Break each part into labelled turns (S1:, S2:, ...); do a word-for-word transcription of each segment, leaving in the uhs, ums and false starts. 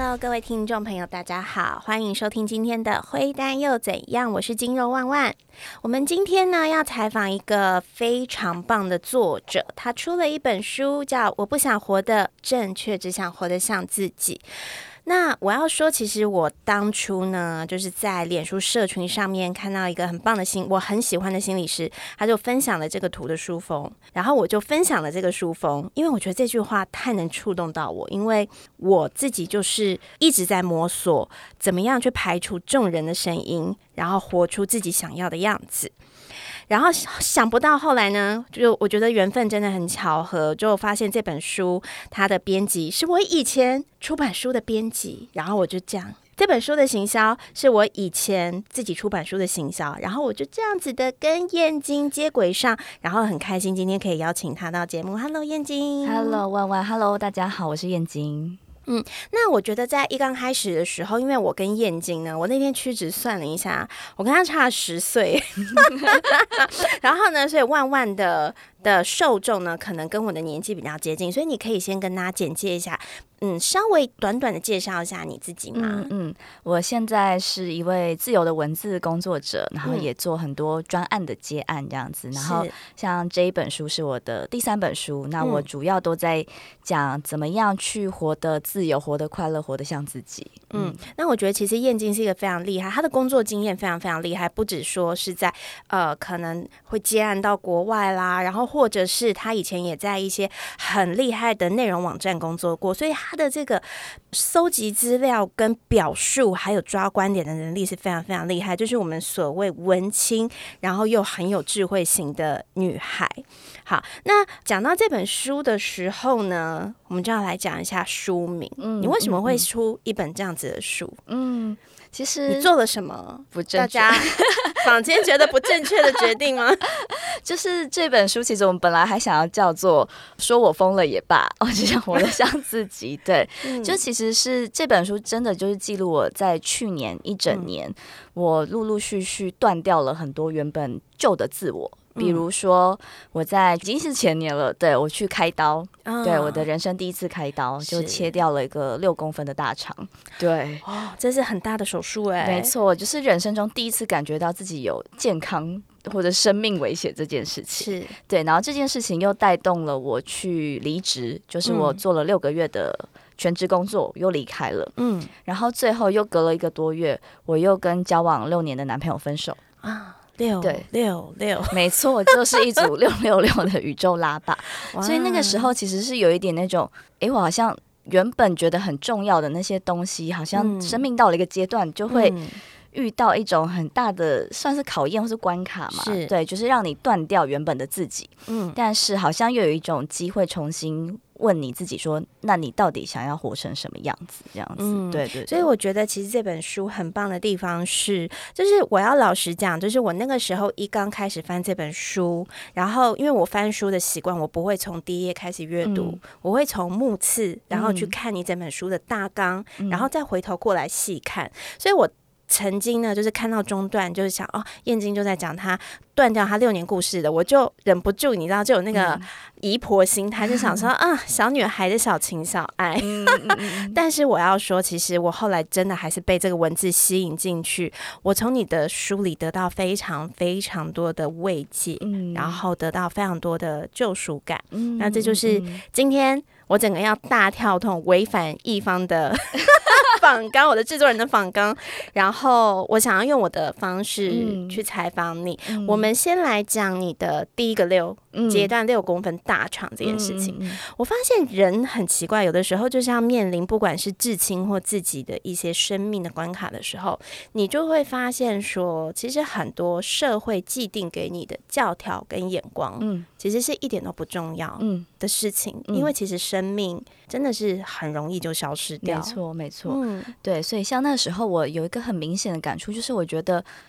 S1: Hello， 各位听众朋友，大家好，欢迎收听今天的灰单又怎样？我是筋肉万万。我们今天呢要采访一个非常棒的作者，他出了一本书，叫《我不想活得正确，只想活得像自己》。那我要说，其实我当初呢，就是在脸书社群上面看到一个很棒的心，我很喜欢的心理师，他就分享了这个图的书封，然后我就分享了这个书封，因为我觉得这句话太能触动到我，因为我自己就是一直在摸索怎么样去排除众人的声音，然后活出自己想要的样子。然后想不到后来呢，就我觉得缘分真的很巧合，就发现这本书它的编辑是我以前出版书的编辑，然后我就这样，这本书的行销是我以前自己出版书的行销，然后我就这样子的跟燕京接轨上，然后很开心今天可以邀请他到节目。 Hello 燕京。
S2: Hello 万万 Hello 大家好，我是燕京。
S1: 嗯，那我觉得在一刚开始的时候，因为我跟燕京呢，我那天屈指算了一下，我跟他差了十岁，然后呢，所以万万的的受众呢，可能跟我的年纪比较接近，所以你可以先跟大家简介一下，嗯，稍微短短的介绍一下你自己吗？
S2: 嗯嗯，我现在是一位自由的文字工作者，然后也做很多专案的接案这样子，嗯、然后像这一本书是我的第三本书，那我主要都在讲怎么样去活得自由、活得快乐、活得像自己。
S1: 嗯，那我觉得其实燕京是一个非常厉害，他的工作经验非常非常厉害，不只说是在呃可能会接案到国外啦，然后或者是他以前也在一些很厉害的内容网站工作过，所以他的这个搜集资料跟表述还有抓观点的能力是非常非常厉害，就是我们所谓文青然后又很有智慧型的女孩。好，那讲到这本书的时候呢，我们就要来讲一下书名。嗯，你为什么会出一本这样子的书？嗯，
S2: 其实
S1: 你做了什么
S2: 不正确
S1: 大家坊间觉得不正确的决定吗？
S2: 就是这本书其实我们本来还想要叫做说我疯了也罢，我只想活得像自己。对、嗯、就其实是这本书真的就是记录我在去年一整年、嗯、我陆陆续续断掉了很多原本旧的自我，比如说我在已经是前年了，对，我去开刀、嗯、对，我的人生第一次开刀，就切掉了一个六公分的大肠。对、
S1: 哦、这是很大的手术哎。
S2: 没错，就是人生中第一次感觉到自己有健康或者生命危险这件事情。是，对，然后这件事情又带动了我去离职，就是我做了六个月的全职工作、嗯、又离开了。嗯，然后最后又隔了一个多月，我又跟交往六年的男朋友分手
S1: 啊。六
S2: 对
S1: 六六，
S2: 没错，就是一组六六六的宇宙拉拔。所以那个时候其实是有一点那种，哎，我好像原本觉得很重要的那些东西，好像生命到了一个阶段，就会遇到一种很大的算是考验或是关卡嘛。是，对，就是让你断掉原本的自己。嗯，但是好像又有一种机会重新问你自己说，那你到底想要活成什么样子？这样子，嗯、对, 对对。
S1: 所以我觉得其实这本书很棒的地方是，就是我要老实讲，就是我那个时候一刚开始翻这本书，然后因为我翻书的习惯，我不会从第一页开始阅读、嗯，我会从目次，然后去看你整本书的大纲、嗯，然后再回头过来细看，所以我曾经呢，就是看到中段，就是想哦，燕京就在讲他断掉他六年故事的，我就忍不住，你知道，就有那个姨婆心态，就想说啊，小女孩的小情小爱。但是我要说，其实我后来真的还是被这个文字吸引进去，我从你的书里得到非常非常多的慰藉，嗯、然后得到非常多的救赎感。嗯、那这就是今天我整个要大跳痛违反一方的访纲，我的制作人的访纲，然后我想要用我的方式去采访你、嗯、我们先来讲你的第一个六、嗯、截断六公分大肠这件事情、嗯、我发现人很奇怪，有的时候就是要面临不管是至亲或自己的一些生命的关卡的时候，你就会发现说其实很多社会既定给你的教条跟眼光、嗯、其实是一点都不重要的事情、嗯、因为其实生命真的是很容易就消失掉。
S2: 没错没错、嗯、对，所以像那时候我有一个很明显的感触，就是我觉得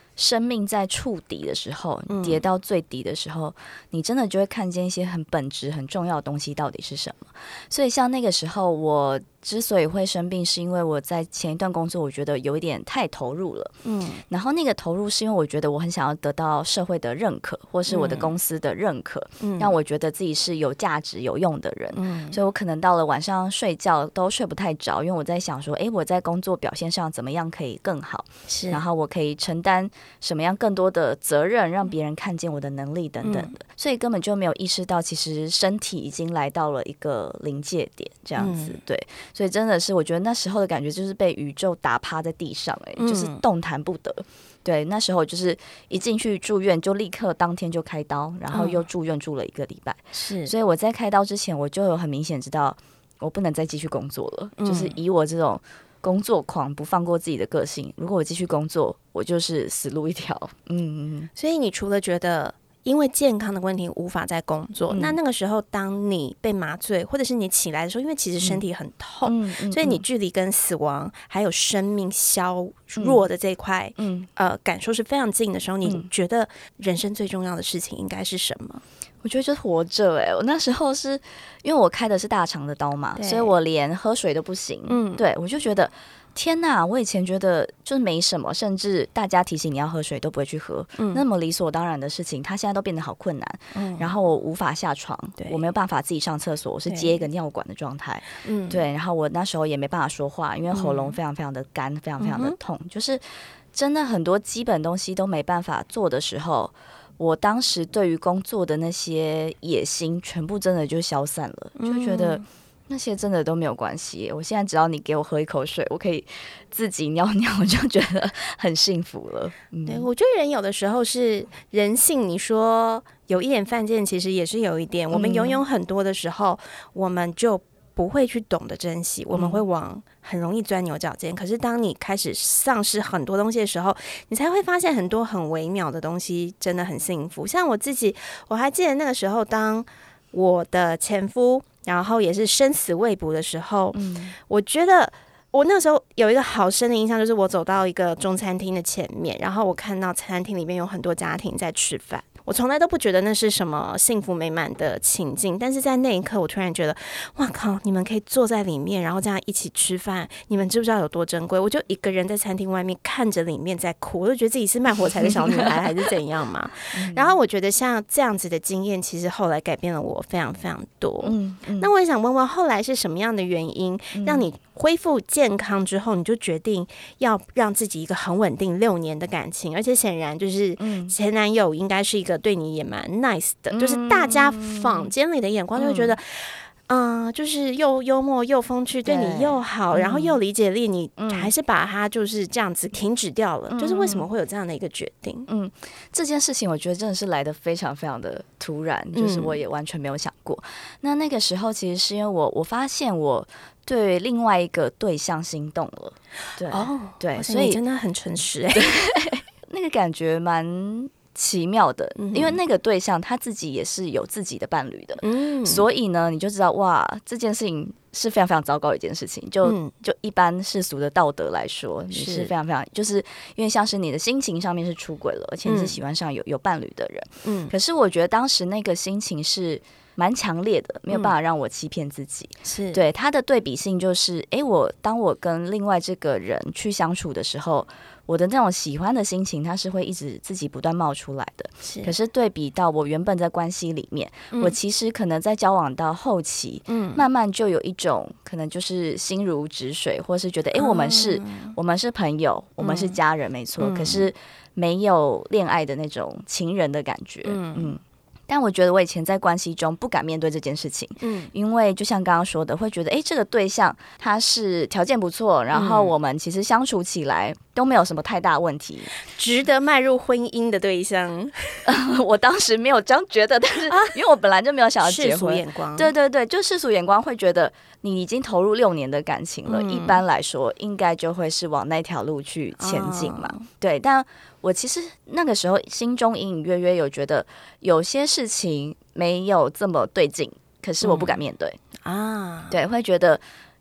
S2: 生命在触底的时候，跌到最底的时候、嗯、你真的就会看见一些很本质很重要的东西到底是什么。所以像那个时候我之所以会生病，是因为我在前一段工作我觉得有一点太投入了，嗯，然后那个投入是因为我觉得我很想要得到社会的认可，或是我的公司的认可、嗯、让我觉得自己是有价值有用的人、嗯、所以我可能到了晚上睡觉都睡不太着，因为我在想说，哎，我在工作表现上怎么样可以更好，是，然后我可以承担什么样更多的责任，让别人看见我的能力等等的、嗯、所以根本就没有意识到其实身体已经来到了一个临界点这样子、嗯、对，所以真的是我觉得那时候的感觉就是被宇宙打趴在地上、欸嗯、就是动弹不得。对，那时候就是一进去住院就立刻当天就开刀，然后又住院住了一个礼拜、嗯、是，所以我在开刀之前我就有很明显知道我不能再继续工作了、嗯、就是以我这种工作狂不放过自己的个性，如果我继续工作我就是死路一条。嗯，所
S1: 以你除了觉得因为健康的问题无法再工作、嗯、那那个时候当你被麻醉或者是你起来的时候，因为其实身体很痛、嗯嗯、所以你距离跟死亡还有生命消弱的这一块、嗯呃、感受是非常近的时候、嗯、你觉得人生最重要的事情应该是什么？
S2: 我觉得就是活着。哎、欸，我那时候是因为我开的是大肠的刀嘛，所以我连喝水都不行。嗯，对，我就觉得天哪，我以前觉得就是没什么，甚至大家提醒你要喝水都不会去喝、嗯、那么理所当然的事情，它现在都变得好困难、嗯、然后我无法下床，我没有办法自己上厕所，我是接一个尿管的状态。嗯，对，然后我那时候也没办法说话，因为喉咙非常非常的干、嗯、非常非常的痛、嗯、就是真的很多基本东西都没办法做的时候，我当时对于工作的那些野心全部真的就消散了，就觉得那些真的都没有关系。我现在只要你给我喝一口水，我可以自己尿尿，我就觉得很幸福了。嗯、
S1: 对，我觉得人有的时候是人性，你说有一点犯贱，其实也是有一点。我们拥有很多的时候，我们就不会去懂得珍惜，我们会往很容易钻牛角尖、嗯、可是当你开始丧失很多东西的时候，你才会发现很多很微妙的东西真的很幸福。像我自己，我还记得那个时候，当我的前夫然后也是生死未卜的时候、嗯、我觉得我那时候有一个好深的印象，就是我走到一个中餐厅的前面，然后我看到餐厅里面有很多家庭在吃饭，我从来都不觉得那是什么幸福美满的情境，但是在那一刻我突然觉得哇靠，你们可以坐在里面然后这样一起吃饭，你们知不知道有多珍贵？我就一个人在餐厅外面看着里面在哭，我就觉得自己是卖火柴的小女孩还是怎样嘛、嗯、然后我觉得像这样子的经验其实后来改变了我非常非常多、嗯嗯、那我也想问问后来是什么样的原因让你恢复健康之后，你就决定要让自己一个很稳定六年的感情，而且显然就是前男友应该是一个对你也蛮 nice 的、嗯、就是大家坊间里的眼光就会觉得嗯、呃，就是又幽默又风趣，对你又好，然后又理解力，你还是把它就是这样子停止掉了、嗯、就是为什么会有这样的一个决定？
S2: 嗯，这件事情我觉得真的是来得非常非常的突然，就是我也完全没有想过、嗯、那那个时候其实是因为我我发现我对另外一个对象心动了。对哦，对，所以
S1: 你真的很诚实哎、欸，
S2: 那个感觉蛮奇妙的、嗯、因为那个对象他自己也是有自己的伴侣的、嗯、所以呢你就知道哇，这件事情是非常非常糟糕的一件事情，就、嗯、就一般世俗的道德来说，你是非常非常，就是因为像是你的心情上面是出轨了，而且你是喜欢上有有伴侣的人，嗯，可是我觉得当时那个心情是蛮强烈的，没有办法让我欺骗自己。是、嗯、对他的对比性就是，哎，我当我跟另外这个人去相处的时候，我的那种喜欢的心情，它是会一直自己不断冒出来的。是，可是对比到我原本在关系里面、嗯，我其实可能在交往到后期，嗯，慢慢就有一种可能就是心如止水，或是觉得，哎，我们是、嗯，我们是朋友，我们是家人，没错、嗯，可是没有恋爱的那种情人的感觉，嗯。嗯，但我觉得我以前在关系中不敢面对这件事情，嗯，因为就像刚刚说的，会觉得哎，这个对象他是条件不错，然后我们其实相处起来都没有什么太大问题，
S1: 值得迈入婚姻的对象。
S2: 我当时没有这样觉得，但是因为我本来就没有想要结婚，世
S1: 俗眼光，
S2: 对对对，就世俗眼光会觉得你已经投入六年的感情了、嗯，一般来说应该就会是往那条路去前进嘛、哦，对，但我其实那个时候心中隐隐约约有觉得有些事情没有这么对劲，可是我不敢面对、嗯、啊，对，会觉得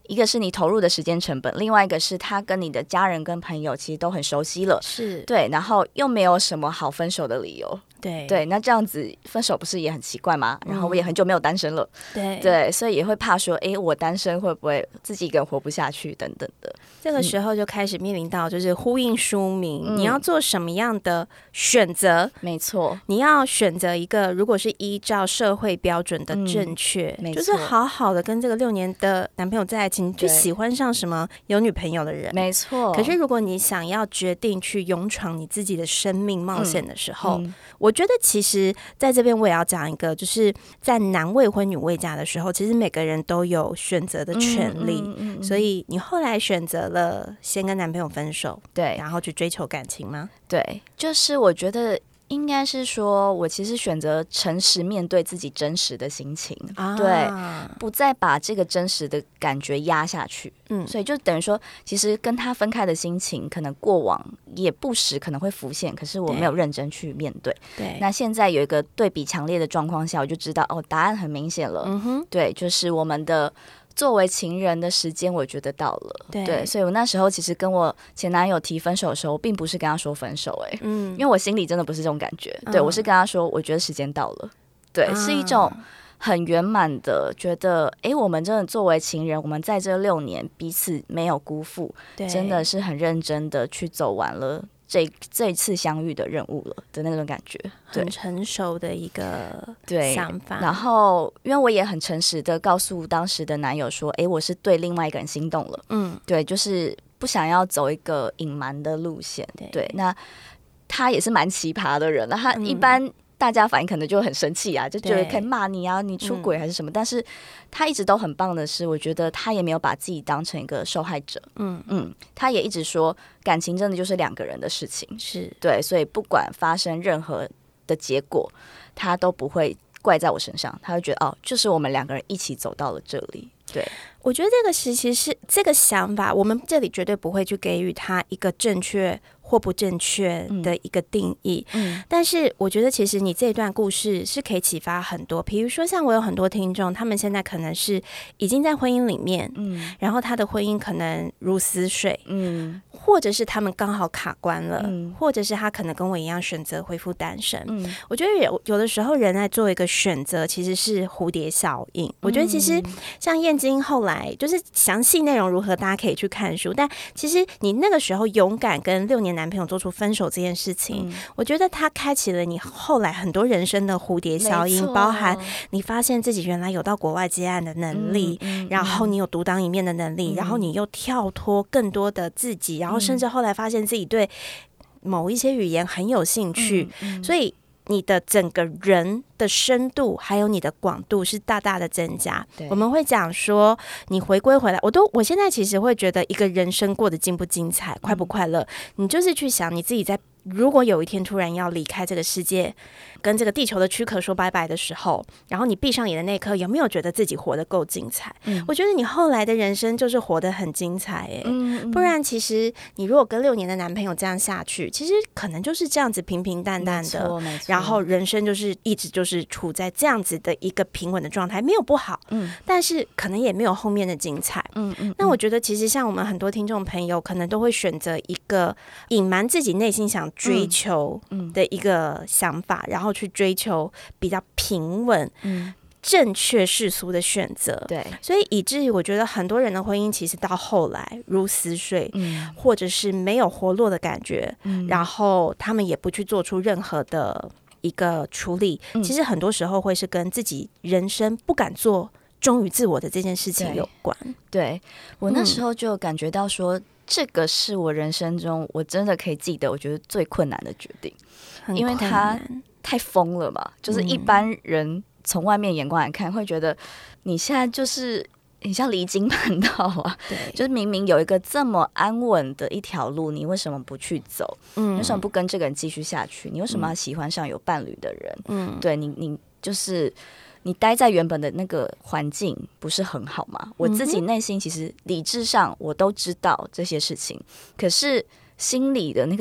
S2: 一个是你投入的时间成本，另外一个是他跟你的家人跟朋友其实都很熟悉了，
S1: 是
S2: 对，然后又没有什么好分手的理由。
S1: 对
S2: 对，那这样子分手不是也很奇怪吗？然后我也很久没有单身了，
S1: 对
S2: 对，所以也会怕说，哎，我单身会不会自己一个人活不下去等等的。
S1: 这个时候就开始面临到就是呼应书名，
S2: 嗯、
S1: 你要做什么样的选择？
S2: 没错，
S1: 你要选择一个如果是依照社会标准的正确，
S2: 嗯、
S1: 就是好好的跟这个六年的男朋友在一起，你去喜欢上什么有女朋友的人，
S2: 没错。
S1: 可是如果你想要决定去勇闯你自己的生命冒险的时候，
S2: 嗯嗯、
S1: 我觉得其实在这边我也要讲一个，就是在男未婚女未嫁的时候，其实每个人都有选择的权利，
S2: 嗯嗯嗯、
S1: 所以你后来选择了先跟男朋友分手，
S2: 对，
S1: 然后去追求感情吗？
S2: 对，就是我觉得应该是说，我其实选择诚实面对自己真实的心情，啊、对，不再把这个真实的感觉压下去。嗯，所以就等于说，其实跟他分开的心情，可能过往也不时可能会浮现，可是我没有认真去面对。
S1: 对，
S2: 那现在有一个对比强烈的状况下，我就知道哦，答案很明显了。嗯哼，对，就是我们的。作为情人的时间，我觉得到了， 对， 对，所以我那时候其实跟我前男友提分手的时候，我并不是跟他说分手、欸，哎，嗯，因为我心里真的不是这种感觉，嗯、对我是跟他说，我觉得时间到了，对，啊、是一种很圆满的，觉得，哎、欸，我们真的作为情人，我们在这六年彼此没有辜负，真的是很认真的去走完了。这这一次相遇的任务了的那种感觉，
S1: 很成熟的一个想法。
S2: 然后，因为我也很诚实的告诉当时的男友说：“哎，我是对另外一个人心动了。”嗯，对，就是不想要走一个隐瞒的路线。对，对，那他也是蛮奇葩的人，那他一般。嗯大家反应可能就很生气啊，就觉得可以骂你啊，你出轨还是什么、嗯。但是他一直都很棒的是，我觉得他也没有把自己当成一个受害者。嗯嗯，他也一直说，感情真的就是两个人的事情，
S1: 是对，
S2: 所以不管发生任何的结果，他都不会怪在我身上，他会觉得哦，就是我们两个人一起走到了这里。对，
S1: 我觉得这个其实是这个想法，我们这里绝对不会去给予他一个正确或不正确的一个定义、嗯、但是我觉得其实你这段故事是可以启发很多，比如说像我有很多听众，他们现在可能是已经在婚姻里面、嗯、然后他的婚姻可能如死水、嗯、或者是他们刚好卡关了、嗯、或者是他可能跟我一样选择恢复单身、嗯、我觉得 有, 有的时候人在做一个选择其实是蝴蝶效应，我觉得其实像燕京后来就是详细内容如何大家可以去看书，但其实你那个时候勇敢跟六年男朋友做出分手这件事情、嗯、我觉得它开启了你后来很多人生的蝴蝶效应，包含你发现自己原来有到国外接案的能力、嗯嗯、然后你有独当一面的能力、嗯、然后你又跳脱更多的自己，然后甚至后来发现自己对某一些语言很有兴趣、嗯嗯、所以你的整个人的深度还有你的广度是大大的增加。我们会讲说你回归回来，我都我现在其实会觉得一个人生过得精不精彩、快不快乐、嗯、你就是去想你自己在如果有一天突然要离开这个世界，跟这个地球的躯壳说拜拜的时候，然后你闭上眼的那一刻，有没有觉得自己活得够精彩、嗯、我觉得你后来的人生就是活得很精彩、欸嗯嗯、不然其实你如果跟六年的男朋友这样下去，其实可能就是这样子平平淡淡的，然后人生就是一直就是处在这样子的一个平稳的状态，没有不好、嗯、但是可能也没有后面的精彩、嗯嗯嗯、那我觉得其实像我们很多听众朋友可能都会选择一个隐瞒自己内心想追求的一个想法、嗯嗯、然后去追求比较平稳、嗯、正确世俗的选择。对，所以以至于我觉得很多人的婚姻其实到后来如死水、嗯、或者是没有活络的感觉、嗯、然后他们也不去做出任何的一个处理、嗯、其实很多时候会是跟自己人生不敢做忠于自我的这件事情有关。
S2: 对, 对我那时候就感觉到说、嗯，这个是我人生中我真的可以记得我觉得最困难的决定，因为它太疯了嘛，就是一般人从外面眼光来看会觉得你现在就是你像离经叛道啊，对，就是明明有一个这么安稳的一条路，你为什么不去走？嗯，为什么不跟这个人继续下去？你为什么要喜欢上有伴侣的人？嗯，对你，你就是你待在原本的那个环境不是很好吗？我自己内心其实理智上我都知道这些事情，可是心里的那个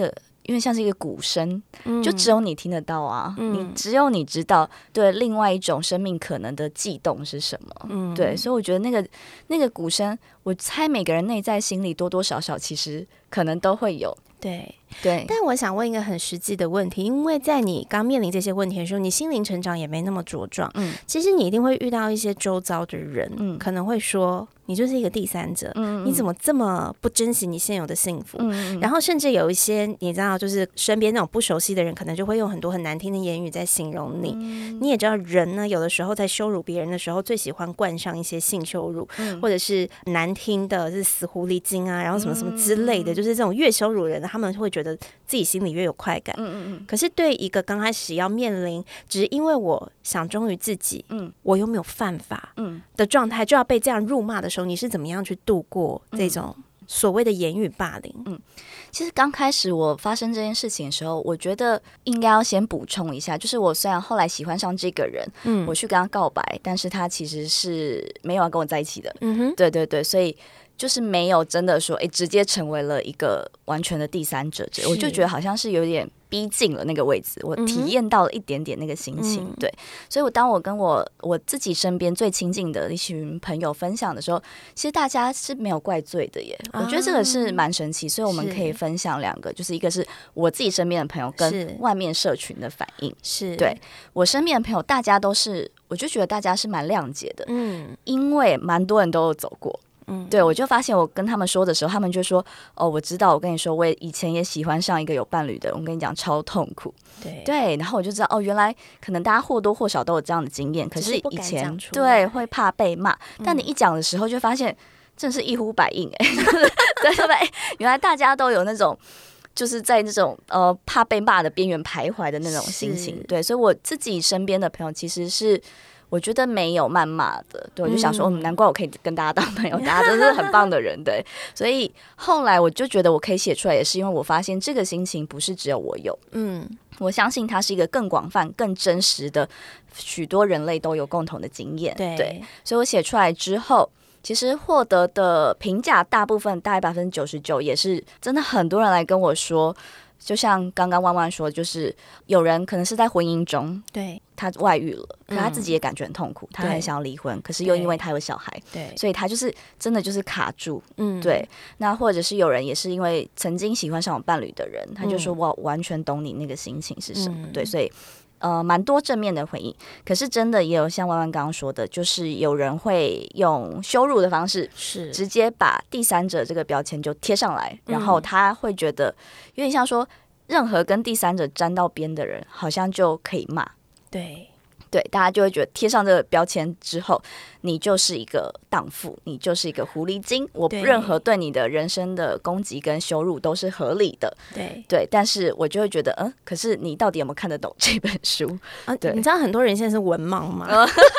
S2: 因为像是一个鼓声，
S1: 嗯
S2: 就只有你听得到啊，
S1: 嗯
S2: 你只有你知道对另外一种生命可能的悸动是什么。嗯，对，所以我觉得那个那个鼓声，我猜每个人内在心里多多少少其实可能都会有。
S1: 对
S2: 对，
S1: 但我想问一个很实际的问题，因为在你刚面临这些问题的时候，你心灵成长也没那么茁壮，嗯，其实你一定会遇到一些周遭的人，嗯，可能会说你就是一个第三者，嗯，你怎么这么不珍惜你现有的幸福？嗯，然后甚至有一些你知道，就是身边那种不熟悉的人，可能就会用很多很难听的言语在形容你。嗯，你也知道，人呢，有的时候在羞辱别人的时候，最喜欢冠上一些性羞辱，嗯，或者是难听的，是死狐狸精啊，然后什么什么之类的，嗯，就是这种越羞辱人的，他们会觉得自己心里越有快感。嗯嗯嗯。可是对一个刚开始要面临只是因为我想忠于自己，嗯，我又没有犯法，嗯的状态，就要被这样辱骂的时候，你是怎么样去度过这种所谓的言语霸凌？
S2: 嗯，其实刚开始我发生这件事情的时候，我觉得应该要先补充一下，就是我虽然后来喜欢上这个人，嗯，我去跟他告白，但是他其实是没有要跟我在一起的。嗯哼，对对对，所以就是没有真的说，哎，直接成为了一个完全的第三者，我就觉得好像是有点逼近了那个位置，我体验到了一点点那个心情。嗯，对，所以我当我跟我我自己身边最亲近的一群朋友分享的时候，其实大家是没有怪罪的耶。啊，我觉得这个是蛮神奇，所以我们可以分享两个，就是一个是我自己身边的朋友跟外面社群的反应。是，对我身边的朋友，大家都是，我就觉得大家是蛮谅解的，嗯，因为蛮多人都有走过。嗯，对，我就发现我跟他们说的时候，他们就说：“哦，我知道，我跟你说，我以前也喜欢上一个有伴侣的，我跟你讲超痛苦。”对对，然后我就知道，哦，原来可能大家或多或少都有这样的经验，可是以前对会怕被骂，嗯，但你一讲的时候，就发现真是一呼百应哎，欸，对对对，原来大家都有那种。就是在那种呃怕被骂的边缘徘徊的那种心情，对，所以我自己身边的朋友其实是我觉得没有谩骂的，对，我就想说，嗯，难怪我可以跟大家当朋友，大家都是很棒的人，对，所以后来我就觉得我可以写出来，也是因为我发现这个心情不是只有我有，嗯，我相信它是一个更广泛、更真实的，许多人类都有共同的经验，对，对，所以我写出来之后。其实获得的评价大部分大概百分之九十九也是真的，很多人来跟我说，就像刚刚万万说，就是有人可能是在婚姻中，对他外遇了，可他自己也感觉很痛苦，嗯，他很想要离婚，可是又因为他有小孩，对，所以他就是真的就是卡住，嗯，对。那或者是有人也是因为曾经喜欢上我伴侣的人，他就说我完全懂你那个心情是什么，嗯，对，所以。呃，蛮多正面的回应，可是真的也有像万万刚刚说的，就是有人会用羞辱的方式，是直接把第三者这个标签就贴上来，嗯，然后他会觉得有点像说，任何跟第三者沾到边的人，好像就可以骂，对。对，大家就会觉得贴上这个标签之后，你就是一个荡妇，你就是一个狐狸精。我任何对你的人生的攻击跟羞辱都是合理的。对对，但是我就会觉得，嗯，可是你到底有没有看得懂这本书？
S1: 啊，对，你知道很多人现在是文盲吗？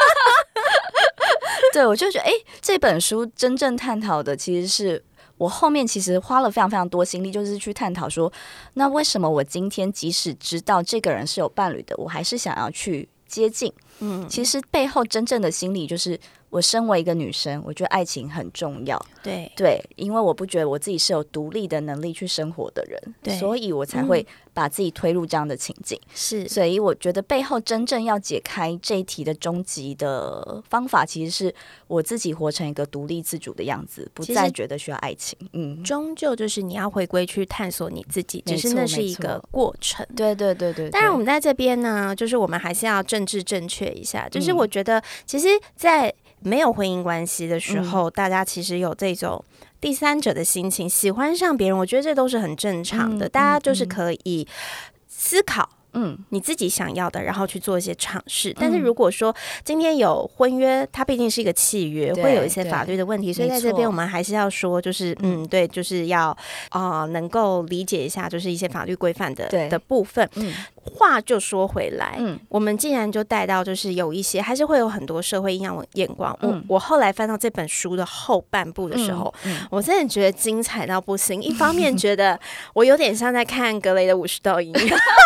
S2: 对，我就觉得，哎，这本书真正探讨的其实是。我后面其实花了非常非常多心力，就是去探讨说，那为什么我今天即使知道这个人是有伴侣的，我还是想要去接近？嗯，其实背后真正的心理就是，我身为一个女生，我觉得爱情很重要。对对，因为我不觉得我自己是有独立的能力去生活的人，对，所以我才会把自己推入这样的情境。是，所以我觉得背后真正要解开这一题的终极的方法，其实是我自己活成一个独立自主的样子，不再觉得需要爱情。嗯，
S1: 终究就是你要回归去探索你自己，只是那是一个过程。
S2: 对对对 对, 对。
S1: 当然，我们在这边呢，就是我们还是要政治正确一下。就是我觉得，其实，在没有婚姻关系的时候，嗯，大家其实有这种第三者的心情，喜欢上别人，我觉得这都是很正常的。嗯，大家就是可以思考。嗯，你自己想要的，然后去做一些尝试。但是如果说今天有婚约，它毕竟是一个契约，会有一些法律的问题，所以在这边我们还是要说，就是嗯，对，就是要啊、呃，能够理解一下，就是一些法律规范的的部分。嗯，话就说回来，嗯，我们既然就带到，就是有一些还是会有很多社会异样眼光。嗯，我我后来翻到这本书的后半部的时候，嗯嗯，我真的觉得精彩到不行。一方面觉得我有点像在看格雷的五十道阴影。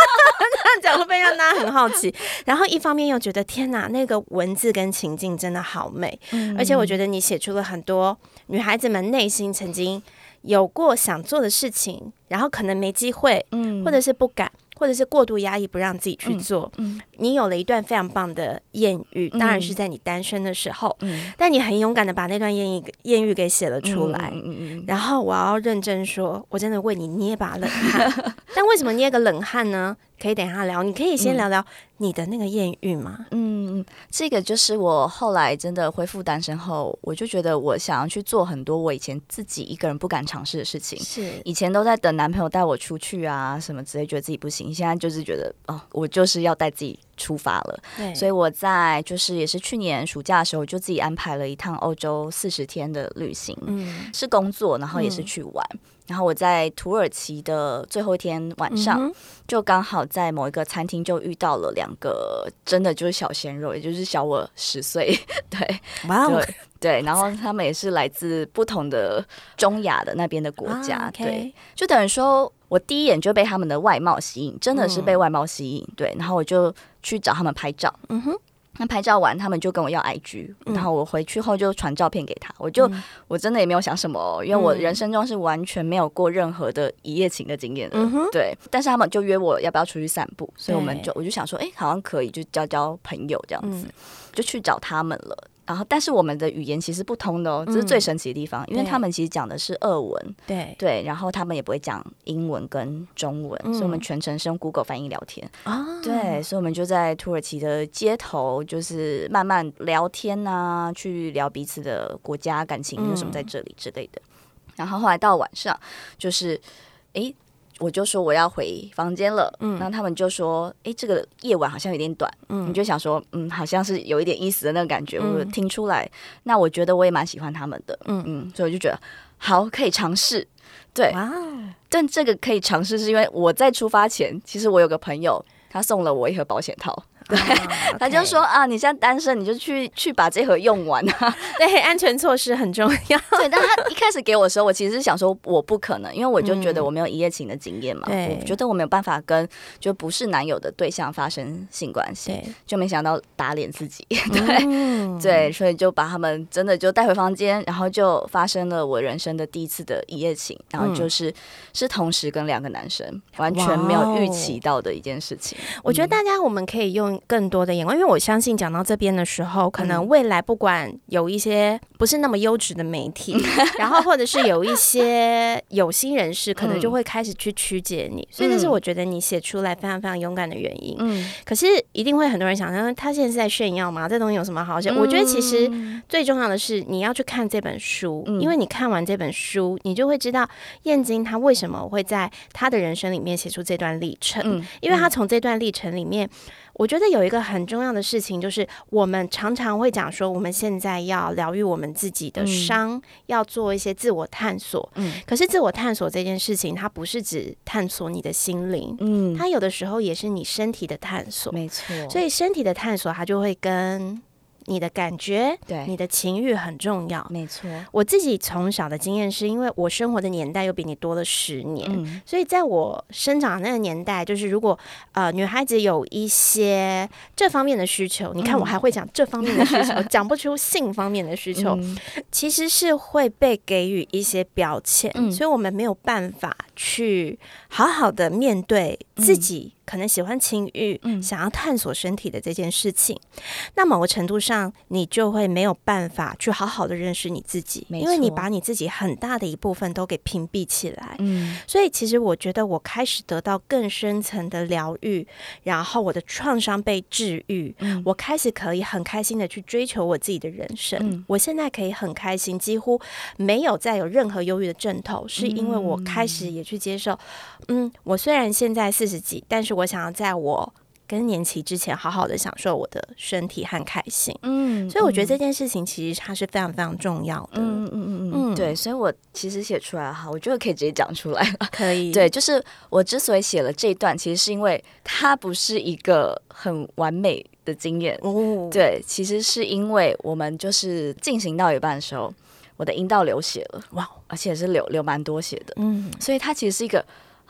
S1: 这样讲会不会让大家很好奇？然后一方面又觉得天哪，那个文字跟情境真的好美，嗯、而且我觉得你写出了很多女孩子们内心曾经有过想做的事情，然后可能没机会，嗯、或者是不敢。或者是过度压抑不让自己去做、嗯嗯、你有了一段非常棒的艳遇、嗯、当然是在你单身的时候、嗯、但你很勇敢的把那段艳遇艳遇给写了出来、嗯嗯嗯、然后我要认真说我真的为你捏把冷汗但为什么捏个冷汗呢？可以等一下聊，你可以先聊聊你的那个艳遇吗？
S2: 嗯，这个就是我后来真的恢复单身后，我就觉得我想要去做很多我以前自己一个人不敢尝试的事情。
S1: 是
S2: 以前都在等男朋友带我出去啊什么之类，觉得自己不行，现在就是觉得哦，我就是要带自己出发了。对，所以我在就是也是去年暑假的时候，就自己安排了一趟欧洲四十天的旅行，嗯，是工作，然后也是去玩。嗯，然后我在土耳其的最后一天晚上、嗯、就刚好在某一个餐厅就遇到了两个真的就是小鲜肉，也就是小我十岁，对，哇、wow ，对，然后他们也是来自不同的中亚的那边的国家、啊 okay、对，就等于说我第一眼就被他们的外貌吸引，真的是被外貌吸引、嗯、对，然后我就去找他们拍照，嗯哼，那拍照完他们就跟我要 I G、嗯、然后我回去后就传照片给他，我就、嗯、我真的也没有想什么，因为我人生中是完全没有过任何的一夜情的经验的、嗯、对，但是他们就约我要不要出去散步，所以我们就我就想说哎、欸，好像可以就交交朋友这样子、嗯、就去找他们了。然后但是我们的语言其实不通的哦，这是最神奇的地方、嗯、因为他们其实讲的是俄文，对对，然后他们也不会讲英文跟中文、嗯、所以我们全程是用 Google 翻译聊天、哦、对，所以我们就在土耳其的街头就是慢慢聊天啊，去聊彼此的国家感情有什么在这里之类的、嗯、然后后来到晚上就是诶我就说我要回房间了，嗯，然后他们就说，哎、欸，这个夜晚好像有点短，嗯，你就想说，嗯，好像是有一点意思的那个感觉，嗯、我听出来。那我觉得我也蛮喜欢他们的，嗯嗯，所以我就觉得好，可以尝试，对，哇，但这个可以尝试是因为我在出发前，其实我有个朋友，他送了我一盒保险套。对、oh, okay. 他就说啊，你现在单身，你就去去把这盒用完啊。
S1: 对，安全措施很重要。
S2: 对，但他一开始给我的时候，我其实是想说我不可能，因为我就觉得我没有一夜情的经验嘛、嗯，我觉得我没有办法跟就不是男友的对象发生性关系，就没想到打脸自己。对、嗯、对，所以就把他们真的就带回房间，然后就发生了我人生的第一次的一夜情，然后就是、嗯、是同时跟两个男生，完全没有预期到的一件事情。
S1: 我觉得大家我们可以用更多的眼光，因为我相信讲到这边的时候，可能未来不管有一些不是那么优质的媒体、嗯、然后或者是有一些有心人士可能就会开始去曲解你、嗯、所以这是我觉得你写出来非常非常勇敢的原因、嗯、可是一定会很多人想说他现在是在炫耀吗？这东西有什么好写、嗯、我觉得其实最重要的是你要去看这本书、嗯、因为你看完这本书你就会知道燕京他为什么会在他的人生里面写出这段历程、嗯、因为他从这段历程里面我觉得有一个很重要的事情，就是我们常常会讲说，我们现在要疗愈我们自己的伤、嗯，要做一些自我探索。嗯，可是自我探索这件事情，它不是只探索你的心灵，嗯，它有的时候也是你身体的探索。
S2: 没错，
S1: 所以身体的探索，它就会跟你的感觉，对，你的情欲很重要。
S2: 没错，
S1: 我自己从小的经验是因为我生活的年代又比你多了十年、嗯、所以在我生长的那个年代，就是如果呃女孩子有一些这方面的需求、嗯、你看我还会讲这方面的需求讲不出性方面的需求、嗯、其实是会被给予一些标签、嗯、所以我们没有办法去好好的面对自己、嗯可能喜欢情欲、嗯、想要探索身体的这件事情，那某个程度上你就会没有办法去好好的认识你自己，因为你把你自己很大的一部分都给屏蔽起来、嗯、所以其实我觉得我开始得到更深层的疗愈，然后我的创伤被治愈、嗯、我开始可以很开心的去追求我自己的人生、嗯、我现在可以很开心，几乎没有再有任何忧郁的阵头，是因为我开始也去接受嗯，我虽然现在四十几，但是我想要在我更年期之前好好的享受我的身体和开心，嗯，所以我觉得这件事情其实它是非常非常重要的，
S2: 嗯嗯嗯嗯，对，所以我其实写出来哈，我觉得可以直接讲出来了，
S1: 可以，
S2: 对，就是我之所以写了这一段，其实是因为它不是一个很完美的经验，哦，对，其实是因为我们就是进行到一半的时候，我的阴道流血了，哇，而且是流流蛮多血的，嗯，所以它其实是一个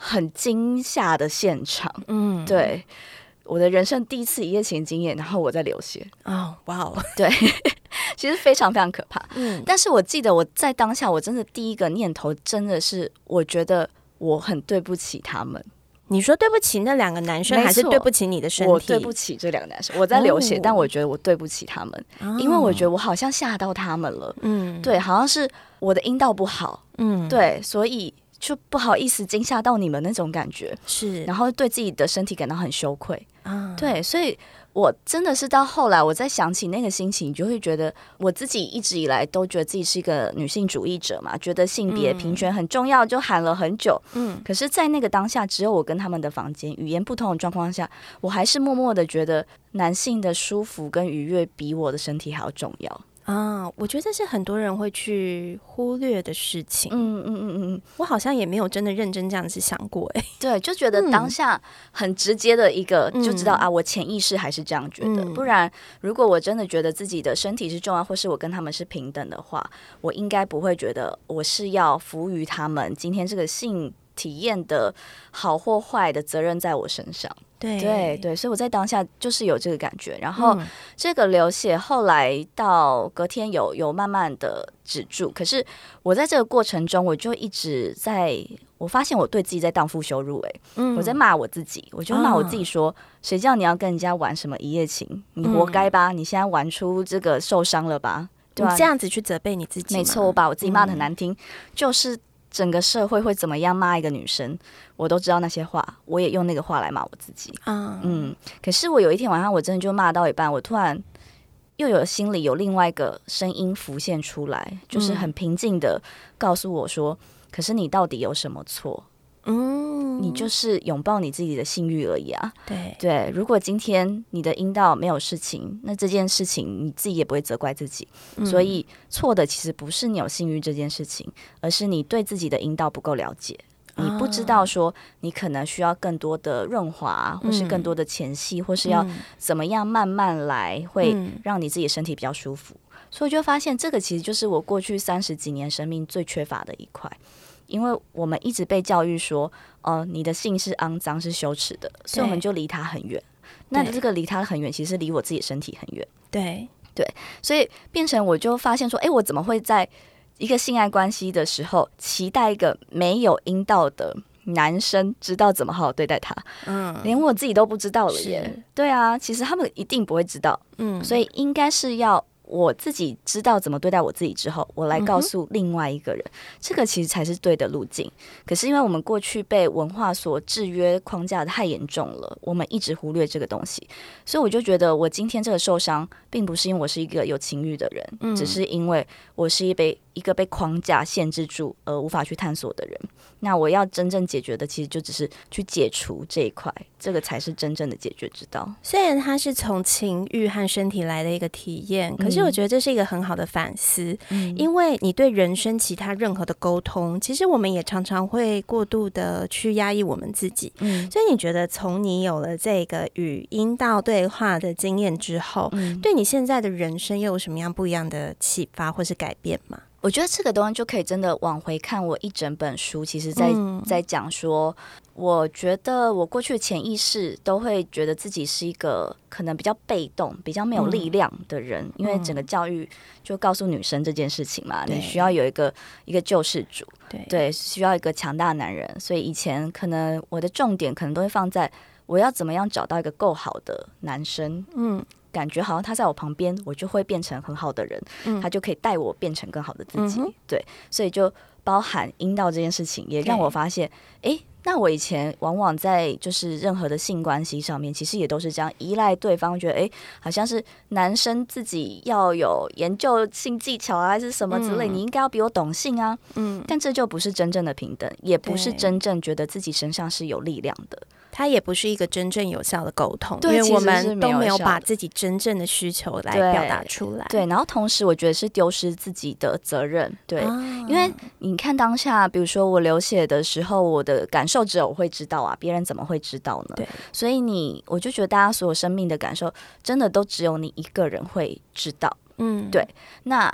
S2: 很惊吓的现场。嗯，对，我的人生第一次一夜情经验，然后我在流血。
S1: 哦，哇哦，
S2: 对。其实非常非常可怕，嗯，但是我记得我在当下，我真的第一个念头真的是，我觉得我很对不起他们。
S1: 你说对不起那两个男生，还是对不起你的身体？
S2: 我对不起这两个男生，我在流血，哦、但我觉得我对不起他们，哦、因为我觉得我好像吓到他们了，嗯，对，好像是我的阴道不好，嗯，对，所以就不好意思惊吓到你们那种感觉，
S1: 是，
S2: 然后对自己的身体感到很羞愧，啊，对，所以。我真的是到后来，我再想起那个心情，你就会觉得我自己一直以来都觉得自己是一个女性主义者嘛，觉得性别平权很重要，就喊了很久。嗯，可是，在那个当下，只有我跟他们的房间，语言不同的状况下，我还是默默的觉得男性的舒服跟愉悦比我的身体还要重要。
S1: 啊，我觉得这是很多人会去忽略的事情。嗯嗯嗯嗯，我好像也没有真的认真这样子想过、欸。哎，
S2: 对，就觉得当下很直接的一个，嗯、就知道啊，我潜意识还是这样觉得。嗯、不然，如果我真的觉得自己的身体是重要，或是我跟他们是平等的话，我应该不会觉得我是要服务于他们。今天这个性体验的好或坏的责任在我身上。
S1: 对
S2: 对对，所以我在当下就是有这个感觉，然后这个流血后来到隔天有有慢慢的止住，可是我在这个过程中，我就一直在，我发现我对自己在荡妇羞辱、欸，哎、嗯，我在骂我自己，我就骂我自己说，谁、哦、叫你要跟人家玩什么一夜情，你活该吧，嗯、你现在玩出这个受伤了吧，对吧、啊？
S1: 你这样子去责备你自己，
S2: 没错，我把我自己骂得很难听，嗯、就是。整个社会会怎么样骂一个女生，我都知道那些话，我也用那个话来骂我自己。嗯, 嗯，可是我有一天晚上，我真的就骂到一半，我突然又有心里有另外一个声音浮现出来，就是很平静的告诉我说：“嗯、可是你到底有什么错？嗯，你就是拥抱你自己的性欲而已啊。
S1: 对
S2: 对，如果今天你的阴道没有事情，那这件事情你自己也不会责怪自己。嗯、所以错的其实不是你有性欲这件事情，而是你对自己的阴道不够了解。你不知道说你可能需要更多的润滑，或是更多的前戏，或是要怎么样慢慢来，会让你自己的身体比较舒服。所以我就发现，这个其实就是我过去三十几年生命最缺乏的一块。因为我们一直被教育说，呃，你的性是肮脏、是羞耻的，所以我们就离它很远。那这个离它很远，其实离我自己的身体很远。
S1: 对
S2: 对，所以变成我就发现说，哎，我怎么会在一个性爱关系的时候，期待一个没有阴道的男生知道怎么好好对待他？嗯，连我自己都不知道了耶。对啊，其实他们一定不会知道。嗯，所以应该是要。我自己知道怎么对待我自己之后，我来告诉另外一个人，嗯、这个其实才是对的路径。可是因为我们过去被文化所制约框架太严重了，我们一直忽略这个东西，所以我就觉得我今天这个受伤，并不是因为我是一个有情欲的人，嗯、只是因为我是一被一个被框架限制住而无法去探索的人。那我要真正解决的，其实就只是去解除这一块，这个才是真正的解决之道。
S1: 虽然它是从情欲和身体来的一个体验，可是我觉得这是一个很好的反思，嗯、因为你对人生其他任何的沟通，其实我们也常常会过度的去压抑我们自己。嗯、所以你觉得从你有了这个与阴道对话的经验之后，嗯、对你现在的人生又有什么样不一样的启发或是改变吗？
S2: 我觉得这个东西就可以真的往回看我一整本书，其实在、嗯、在讲说，我觉得我过去的潜意识都会觉得自己是一个可能比较被动、比较没有力量的人，嗯、因为整个教育就告诉女生这件事情嘛，你需要有一个一个救世主，对，对，需要一个强大的男人，所以以前可能我的重点可能都会放在我要怎么样找到一个够好的男生，嗯。感觉好像他在我旁边，我就会变成很好的人，嗯、他就可以带我变成更好的自己。嗯、对，所以就包含阴道这件事情，也让我发现，哎，那我以前往往在就是任何的性关系上面，其实也都是这样依赖对方，觉得哎，好像是男生自己要有研究性技巧啊，还是什么之类，嗯、你应该要比我懂性啊。嗯，但这就不是真正的平等，也不是真正觉得自己身上是有力量的。
S1: 它也不是一个真正有效的沟通，因为我们都没有把自己真正的需求来表达出来。
S2: 对，对，然后同时我觉得是丢失自己的责任。对，啊、因为你看当下，比如说我流血的时候，我的感受只有我会知道啊，别人怎么会知道呢？对，所以你，我就觉得大家所有生命的感受，真的都只有你一个人会知道。嗯，对，那。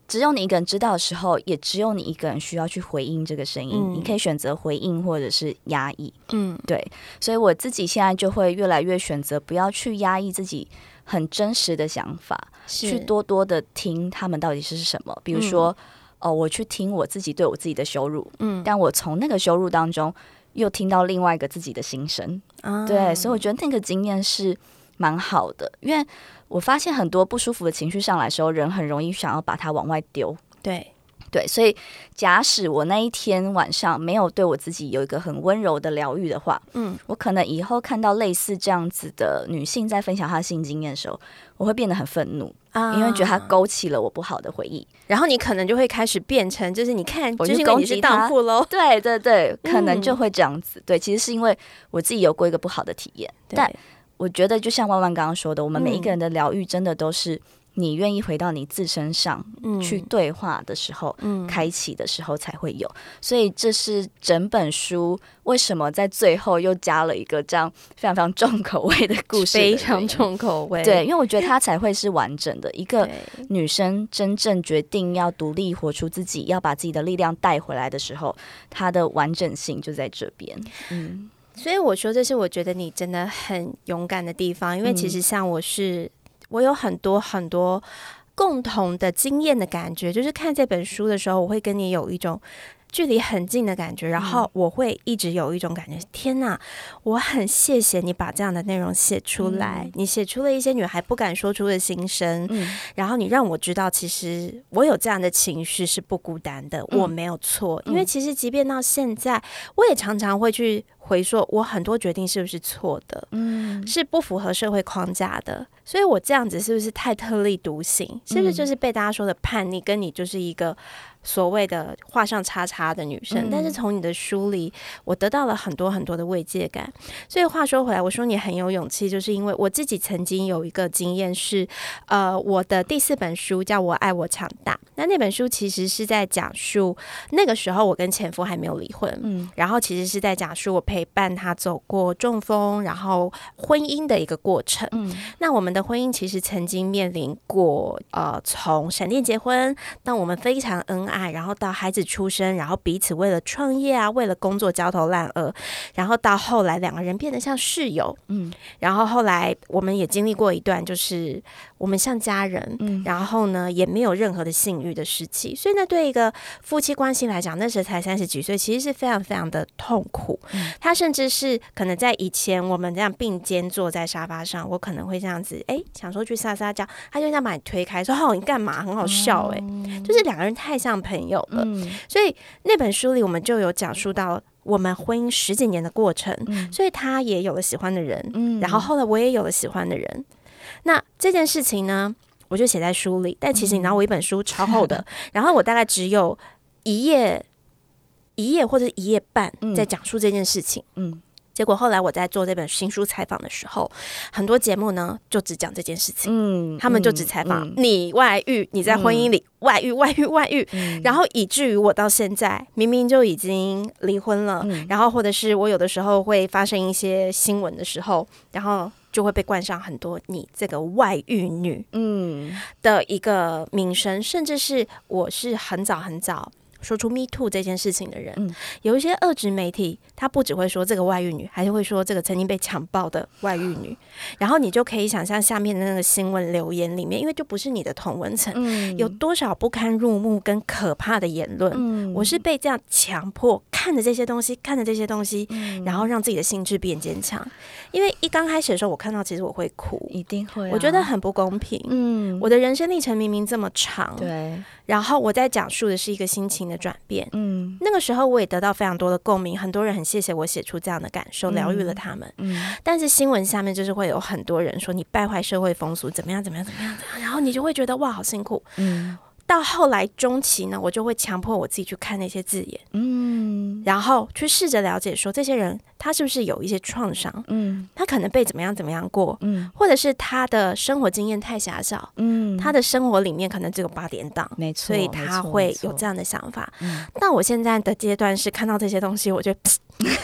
S2: 只有你一个人知道的时候，也只有你一个人需要去回应这个声音、嗯、你可以选择回应或者是压抑。嗯，对，所以我自己现在就会越来越选择不要去压抑自己很真实的想法，去多多的听他们到底是什么。比如说、嗯、哦，我去听我自己对我自己的羞辱，嗯，但我从那个羞辱当中又听到另外一个自己的心声、啊、对，所以我觉得那个经验是蛮好的，因为我发现很多不舒服的情绪上来的时候，人很容易想要把它往外丢。
S1: 对
S2: 对，所以假使我那一天晚上没有对我自己有一个很温柔的疗愈的话，嗯，我可能以后看到类似这样子的女性在分享她的性经验的时候，我会变得很愤怒、啊、因为觉得她勾起了我不好的回忆，
S1: 然后你可能就会开始变成就是你看我就攻击荡妇咯，
S2: 对对对，可能就会这样子、嗯、对，其实是因为我自己有过一个不好的体验，但我觉得就像万万刚刚说的，我们每一个人的疗愈真的都是你愿意回到你自身上去对话的时候、嗯、开启的时候才会有，所以这是整本书为什么在最后又加了一个这样非常非常重口味的故事的，
S1: 非常重口味，
S2: 对，因为我觉得它才会是完整的一个女生真正决定要独立活出自己，要把自己的力量带回来的时候，它的完整性就在这边。嗯，
S1: 所以我说这是我觉得你真的很勇敢的地方，因为其实像我是、嗯、我有很多很多共同的经验的感觉，就是看这本书的时候我会跟你有一种距离很近的感觉，然后我会一直有一种感觉、嗯、天哪，我很谢谢你把这样的内容写出来、嗯、你写出了一些女孩不敢说出的心声、嗯、然后你让我知道其实我有这样的情绪是不孤单的、嗯、我没有错、嗯、因为其实即便到现在我也常常会去回溯我很多决定是不是错的、嗯、是不符合社会框架的，所以我这样子是不是太特立独行，是不是就是被大家说的叛逆，跟你就是一个所谓的画上叉叉的女生、嗯、但是从你的书里我得到了很多很多的慰藉感。所以话说回来，我说你很有勇气，就是因为我自己曾经有一个经验是呃，我的第四本书叫我爱我强大，那那本书其实是在讲述那个时候我跟前夫还没有离婚、嗯、然后其实是在讲述我陪伴他走过中风然后婚姻的一个过程、嗯、那我们的婚姻其实曾经面临过呃，从闪电结婚到我们非常恩爱，然后到孩子出生，然后彼此为了创业啊，为了工作焦头烂额，然后到后来两个人变得像室友，嗯，然后后来我们也经历过一段就是我们像家人、嗯、然后呢也没有任何的性欲的时期，所以呢对一个夫妻关系来讲，那时才三十几岁，其实是非常非常的痛苦、嗯、他甚至是可能在以前我们这样并肩坐在沙发上，我可能会这样子哎，想说去撒撒娇，他就这样把你推开说哦你干嘛，很好笑哎、嗯，就是两个人太像朋友了、嗯、所以那本书里我们就有讲述到我们婚姻十几年的过程、嗯、所以他也有了喜欢的人、嗯、然后后来我也有了喜欢的人，那这件事情呢我就写在书里，但其实你知道我一本书超厚的、嗯、然后我大概只有一页一页或者一页半在讲述这件事情，嗯，结果后来我在做这本新书采访的时候，很多节目呢就只讲这件事情，嗯，他们就只采访、嗯、你外遇，你在婚姻里、嗯、外遇外遇外遇、嗯、然后以至于我到现在明明就已经离婚了、嗯、然后或者是我有的时候会发生一些新闻的时候，然后就会被冠上很多你这个外遇女的一个名声、嗯、甚至是我是很早很早说出 Me Too 这件事情的人、嗯、有一些恶质媒体他不只会说这个外遇女，还是会说这个曾经被强暴的外遇女，然后你就可以想象下面的那个新闻留言里面，因为就不是你的同温层、嗯、有多少不堪入目跟可怕的言论、嗯、我是被这样强迫看着这些东西看着这些东西、嗯、然后让自己的心智变坚强，因为一刚开始的时候我看到其实我会哭，
S2: 一定会、啊、
S1: 我觉得很不公平、嗯、我的人生历程明明这么长，
S2: 对，
S1: 然后我在讲述的是一个心情的转变，嗯，那个时候我也得到非常多的共鸣，很多人很谢谢我写出这样的感受，疗愈了他们，嗯，但是新闻下面就是会有很多人说你败坏社会风俗，怎么样怎么样怎么样，然后你就会觉得哇好辛苦，嗯，到后来中期呢，我就会强迫我自己去看那些字眼，嗯，然后去试着了解说这些人他是不是有一些创伤，嗯，他可能被怎么样怎么样过，嗯，或者是他的生活经验太狭小，嗯，他的生活里面可能只有八点档，
S2: 没错，
S1: 所以他会有这样的想法。但我现在的阶段是看到这些东西，我就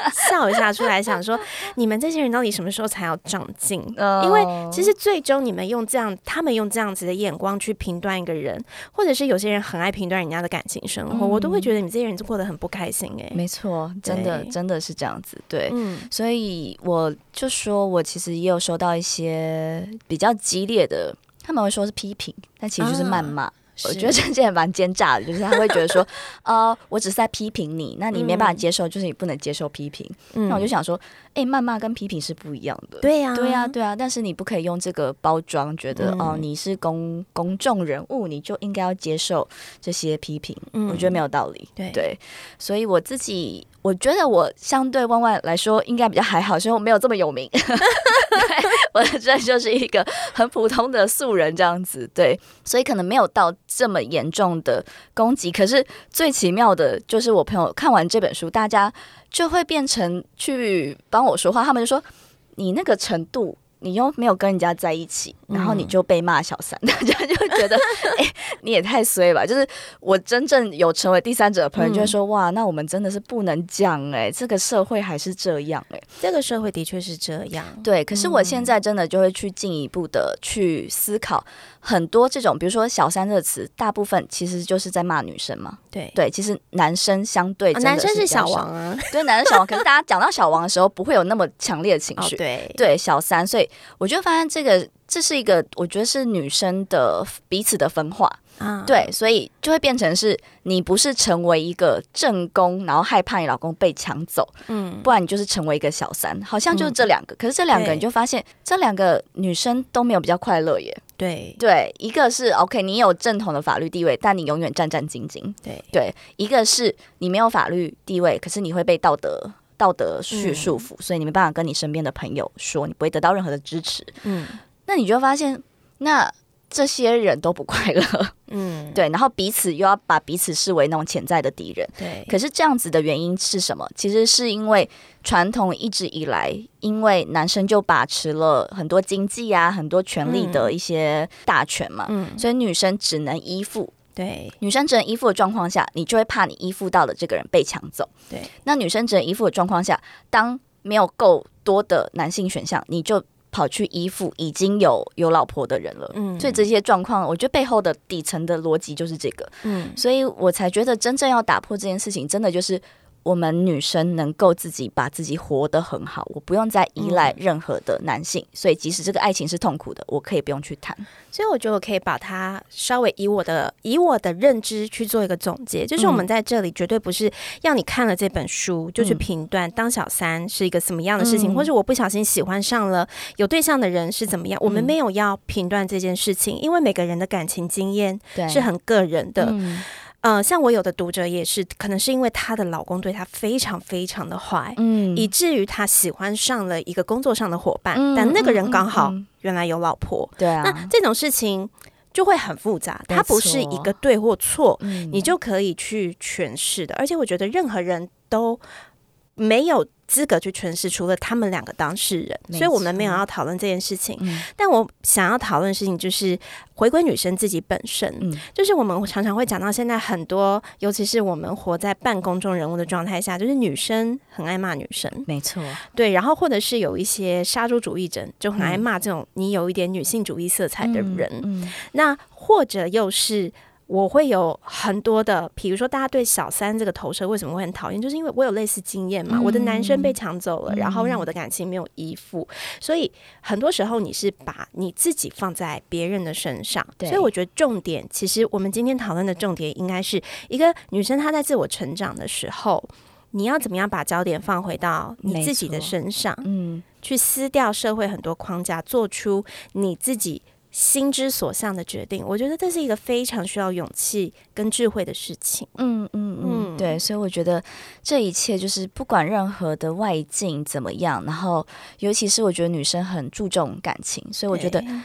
S1: 笑一下出来，想说你们这些人到底什么时候才要长进？
S2: 哦
S1: 因为其实最终你们用这样，他们用这样子的眼光去评断一个人，或者是有些人很爱评断人家的感情生活，嗯、我都会觉得你这些人过得很不开心哎、欸。
S2: 没错，真的真的是这样子，对，
S1: 嗯，
S2: 所以我就说我其实也有收到一些比较激烈的，他们会说是批评，但其实就是谩骂。啊我觉得这件也蛮奸诈的，就是他会觉得说，呃，我只是在批评你，那你没办法接受，嗯、就是你不能接受批评。嗯、那我就想说，哎、欸，谩骂跟批评是不一样的。
S1: 对呀、啊，
S2: 对呀、啊，对啊。但是你不可以用这个包装，觉得、嗯、哦，你是公公众人物，你就应该要接受这些批评。嗯、我觉得没有道理。
S1: 对
S2: 对，所以我自己，我觉得我相对万万来说应该比较还好，所以我没有这么有名。我这就是一个很普通的素人这样子，对，所以可能没有到这么严重的攻击。可是最奇妙的就是我朋友看完这本书，大家就会变成去帮我说话，他们就说你那个程度。你又没有跟人家在一起，然后你就被骂小三，大家、嗯、就会觉得，哎、欸，你也太衰吧！就是我真正有成为第三者的朋友，就会说，嗯、哇，那我们真的是不能讲哎、欸，这个社会还是这样哎、欸，
S1: 这个社会的确是这样。
S2: 对，可是我现在真的就会去进一步的去思考，很多这种，比如说小三这个词，大部分其实就是在骂女生嘛。
S1: 对
S2: 对，其实男生相对真的是、
S1: 啊、男生是小王啊，
S2: 对，男生小王。可是大家讲到小王的时候，不会有那么强烈的情绪、
S1: 哦。对
S2: 对，小三，所以。我就发现这个，这是一个，我觉得是女生的彼此的分化，啊、对，所以就会变成是你不是成为一个正宫，然后害怕你老公被抢走，嗯，不然你就是成为一个小三，好像就是这两个。嗯、可是这两个你就发现，这两个女生都没有比较快乐耶。
S1: 对
S2: 对，一个是 OK， 你有正统的法律地位，但你永远战战兢兢。
S1: 对
S2: 对，一个是你没有法律地位，可是你会被道德。道德去束缚，嗯、所以你没办法跟你身边的朋友说，你不会得到任何的支持。嗯，那你就发现，那这些人都不快乐。嗯，对，然后彼此又要把彼此视为那种潜在的敌人。
S1: 对，
S2: 可是这样子的原因是什么？其实是因为传统一直以来，因为男生就把持了很多经济啊、很多权力的一些大权嘛，嗯、所以女生只能依附。
S1: 对，
S2: 女生只能依附的状况下，你就会怕你依附到的这个人被抢走。
S1: 对，
S2: 那女生只能依附的状况下，当没有够多的男性选项，你就跑去依附已经有有老婆的人了。嗯，所以这些状况，我觉得背后的底层的逻辑就是这个。嗯，所以我才觉得真正要打破这件事情，真的就是我们女生能够自己把自己活得很好，我不用再依赖任何的男性，嗯、所以即使这个爱情是痛苦的，我可以不用去谈。
S1: 所以我觉得我可以把它稍微以我的以我的认知去做一个总结，就是我们在这里绝对不是要你看了这本书就去评断当小三是一个什么样的事情，嗯、或者我不小心喜欢上了有对象的人是怎么样，嗯、我们没有要评断这件事情，因为每个人的感情经验是很个人的。呃，像我有的读者也是，可能是因为她的老公对她非常非常的坏，嗯，以至于她喜欢上了一个工作上的伙伴，嗯、但那个人刚好原来有老婆，
S2: 对啊，
S1: 那这种事情就会很复杂，它不是一个对或错，嗯、你就可以去诠释的。而且我觉得任何人都没有资格去诠释，除了他们两个当事人，所以我们没有要讨论这件事情。嗯、但我想要讨论的事情就是回归女生自己本身，嗯、就是我们常常会讲到现在很多，尤其是我们活在半公众人物的状态下，就是女生很爱骂女生，
S2: 没错，
S1: 对，然后或者是有一些杀猪主义者就很爱骂这种你有一点女性主义色彩的人，嗯嗯、那或者又是。我会有很多的，比如说大家对小三这个投射为什么会很讨厌，就是因为我有类似经验嘛，嗯、我的男生被抢走了，然后让我的感情没有依附，嗯、所以很多时候你是把你自己放在别人的身上，所以我觉得重点，其实我们今天讨论的重点应该是一个女生她在自我成长的时候，你要怎么样把焦点放回到你自己的身上，嗯，去撕掉社会很多框架，做出你自己心之所向的决定，我觉得这是一个非常需要勇气跟智慧的事情。嗯
S2: 嗯嗯，对，所以我觉得这一切就是不管任何的外境怎么样，然后尤其是我觉得女生很注重感情，所以我觉得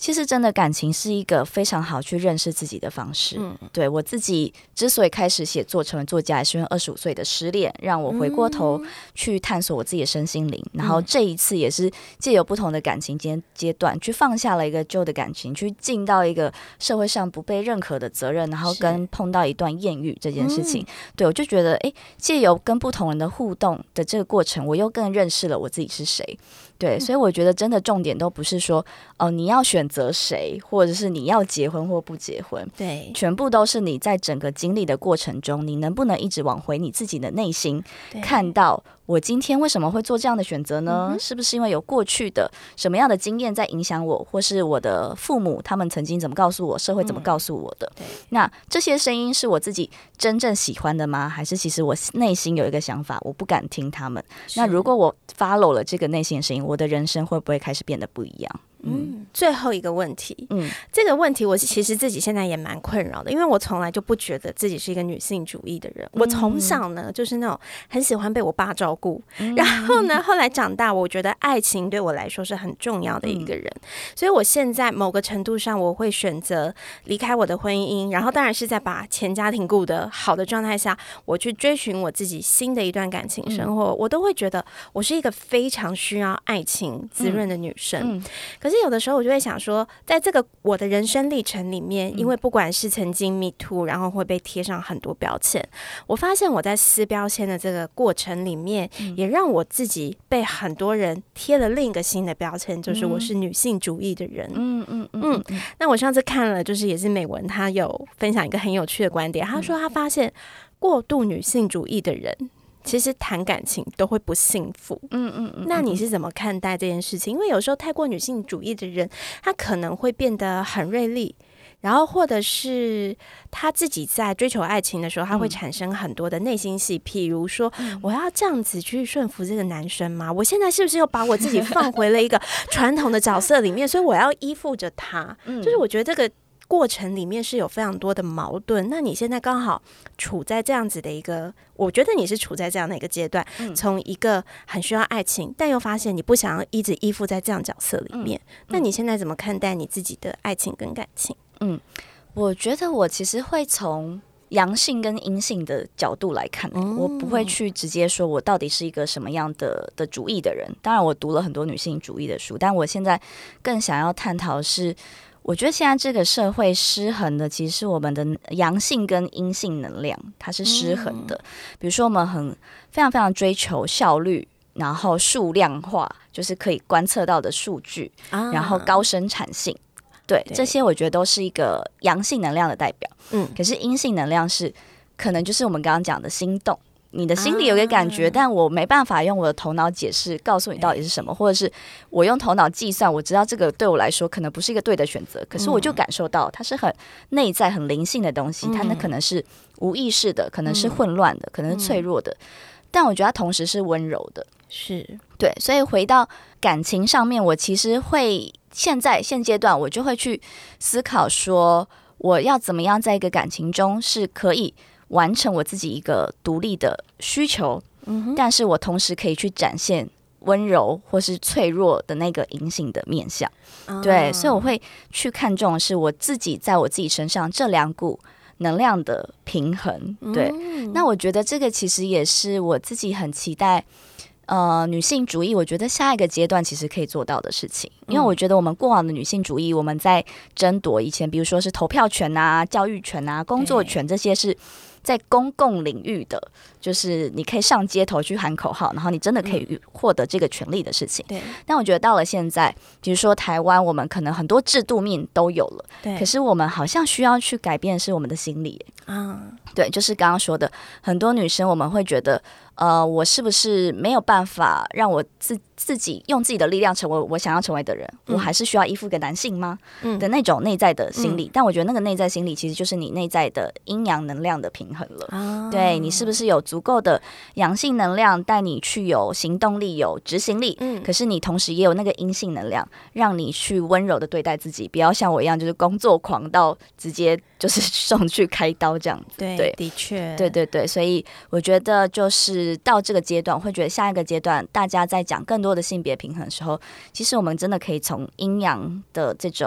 S2: 其实真的感情是一个非常好去认识自己的方式。嗯，对我自己之所以开始写作成为作家，也是因为二十五岁的失恋，让我回过头去探索我自己的身心灵。嗯、然后这一次也是借由不同的感情阶阶段，去放下了一个旧的感情，去进到一个社会上不被认可的责任，然后跟碰到一段艳遇这件事情。嗯、对我就觉得，哎，借由跟不同人的互动的这个过程，我又更认识了我自己是谁。对，所以我觉得真的重点都不是说哦、呃、你要选择谁，或者是你要结婚或不结婚，
S1: 对，
S2: 全部都是你在整个经历的过程中，你能不能一直往回你自己的内心看到我今天为什么会做这样的选择呢？嗯、是不是因为有过去的什么样的经验在影响我，或是我的父母他们曾经怎么告诉我，社会怎么告诉我的？嗯、那这些声音是我自己真正喜欢的吗？还是其实我内心有一个想法，我不敢听他们？那如果我 follow 了这个内心的声音，我的人生会不会开始变得不一样？
S1: 嗯，最后一个问题，嗯，这个问题我其实自己现在也蛮困扰的，因为我从来就不觉得自己是一个女性主义的人。我从小呢就是那种很喜欢被我爸照顾，嗯、然后呢，后来长大，我觉得爱情对我来说是很重要的一个人，嗯、所以我现在某个程度上，我会选择离开我的婚姻，然后当然是在把前家庭顾得好的状态下，我去追寻我自己新的一段感情生活，嗯、我都会觉得我是一个非常需要爱情滋润的女生。嗯、可是有的时候我就会想说，在这个我的人生历程里面，因为不管是曾经 me too， 然后会被贴上很多标签，我发现我在撕标签的这个过程里面，嗯、也让我自己被很多人贴了另一个新的标签，就是我是女性主义的人。嗯嗯嗯嗯。那我上次看了，就是也是美文，她有分享一个很有趣的观点，她说她发现过度女性主义的人，其实谈感情都会不幸福。嗯嗯嗯。那你是怎么看待这件事情？因为有时候太过女性主义的人，他可能会变得很锐利，然后或者是他自己在追求爱情的时候，他会产生很多的内心戏，譬如说，嗯、我要这样子去顺服这个男生吗？我现在是不是又把我自己放回了一个传统的角色里面？所以我要依附着他。嗯、就是我觉得这个过程里面是有非常多的矛盾。那你现在刚好处在这样子的一个，我觉得你是处在这样的一个阶段，嗯、从一个很需要爱情，但又发现你不想要一直依附在这样角色里面。嗯嗯、那你现在怎么看待你自己的爱情跟感情？
S2: 嗯，我觉得我其实会从阳性跟阴性的角度来看，嗯、我不会去直接说我到底是一个什么样的的主义的人。当然，我读了很多女性主义的书，但我现在更想要探讨的是，我觉得现在这个社会失衡的，其实是我们的阳性跟阴性能量，它是失衡的。嗯、比如说，我们很非常非常追求效率，然后数量化，就是可以观测到的数据，啊、然后高生产性。对，对这些我觉得都是一个阳性能量的代表。嗯，可是阴性能量是可能就是我们刚刚讲的心动，你的心里有一个感觉，啊、但我没办法用我的头脑解释告诉你到底是什么，或者是我用头脑计算，我知道这个对我来说可能不是一个对的选择，可是我就感受到它是很内在很灵性的东西，它那可能是无意识的，可能是混乱的，可能是脆弱的，但我觉得它同时是温柔的。
S1: 是
S2: 对，所以回到感情上面，我其实会现在现阶段我就会去思考说，我要怎么样在一个感情中是可以完成我自己一个独立的需求，嗯、但是我同时可以去展现温柔或是脆弱的那个阴性的面向。啊、对，所以我会去看重的是我自己在我自己身上这两股能量的平衡。对，嗯、那我觉得这个其实也是我自己很期待呃，女性主义我觉得下一个阶段其实可以做到的事情，因为我觉得我们过往的女性主义，我们在争夺以前比如说是投票权啊、教育权啊、工作权，这些是在公共领域的，就是你可以上街头去喊口号，然后你真的可以获得这个权利的事情。对。但我觉得到了现在，比如说台湾，我们可能很多制度面都有了，对。可是我们好像需要去改变的是我们的心理啊。对，就是刚刚说的，很多女生我们会觉得，呃，我是不是没有办法让我自自己用自己的力量成为我想要成为的人？嗯、我还是需要依附一个男性吗？嗯、的那种内在的心理。嗯、但我觉得那个内在心理其实就是你内在的阴阳能量的平衡了。啊、对，你是不是有足够的阳性能量带你去有行动力、有执行力？嗯、可是你同时也有那个阴性能量，让你去温柔的对待自己，不要像我一样就是工作狂到直接就是送去开刀这样子。
S1: 对。对，的确，
S2: 对对对，所以我觉得就是到这个阶段，我会觉得下一个阶段，大家在讲更多的性别平衡的时候，其实我们真的可以从阴阳的这种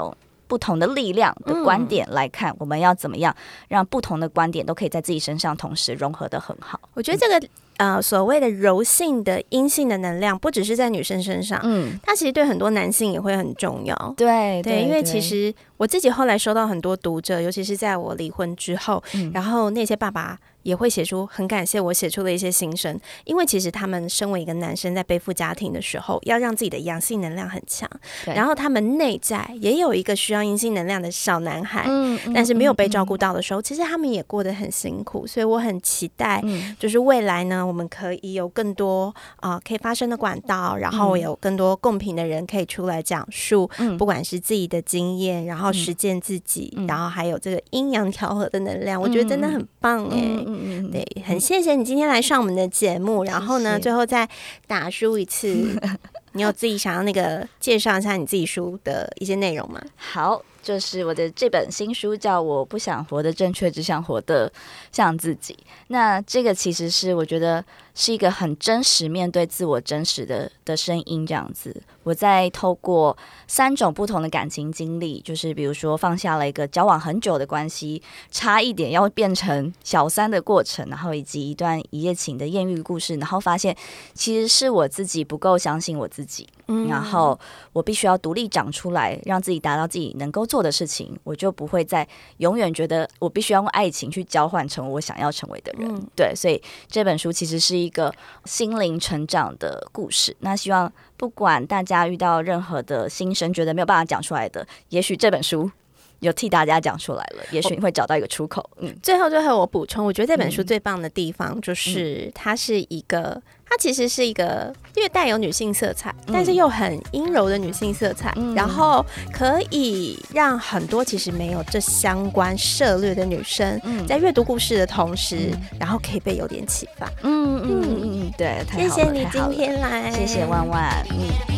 S2: 不同的力量的观点来看，嗯、我们要怎么样让不同的观点都可以在自己身上同时融合得很好。
S1: 我觉得这个、嗯、呃所谓的柔性的阴性的能量，不只是在女生身上，嗯，它其实对很多男性也会很重要。
S2: 对
S1: 对, 对，因为其实我自己后来收到很多读者，尤其是在我离婚之后，嗯、然后那些爸爸也会写出很感谢我写出了一些心声，因为其实他们身为一个男生在背负家庭的时候，要让自己的阳性能量很强，然后他们内在也有一个需要阴性能量的小男孩，嗯嗯、但是没有被照顾到的时候，嗯、其实他们也过得很辛苦，所以我很期待，嗯、就是未来呢，我们可以有更多啊、呃、可以发声的管道，然后有更多共频的人可以出来讲述，嗯、不管是自己的经验，然后实践自己，嗯、然后还有这个阴阳调和的能量，嗯、我觉得真的很棒哎。嗯嗯嗯对，很谢谢你今天来上我们的节目，然后呢，最后再打书一次，你有自己想要那个介绍一下你自己书的一些内容吗？
S2: 好，就是我的这本新书叫《我不想活得正确，只想活得像自己》。那这个其实是我觉得是一个很真实面对自我真实的的声音，这样子。我在透过三种不同的感情经历，就是比如说放下了一个交往很久的关系，差一点要变成小三的过程，然后以及一段一夜情的艳遇故事，然后发现其实是我自己不够相信我自己，嗯、然后我必须要独立长出来，让自己达到自己能够做的事情，我就不会再永远觉得我必须要用爱情去交换成为我想要成为的人。嗯、对，所以这本书其实是一个心灵成长的故事。那希望不管大家遇到任何的心声，觉得没有办法讲出来的，也许这本书有替大家讲出来了，也许你会找到一个出口。
S1: 嗯，最后最后我补充，我觉得这本书最棒的地方就是它是一个，它其实是一个略带有女性色彩，嗯、但是又很阴柔的女性色彩，嗯、然后可以让很多其实没有这相关涉猎的女生，嗯、在阅读故事的同时，嗯、然后可以被有点启发。
S2: 嗯嗯嗯嗯，对，太好了，
S1: 谢谢你今天来，
S2: 谢谢万万，嗯。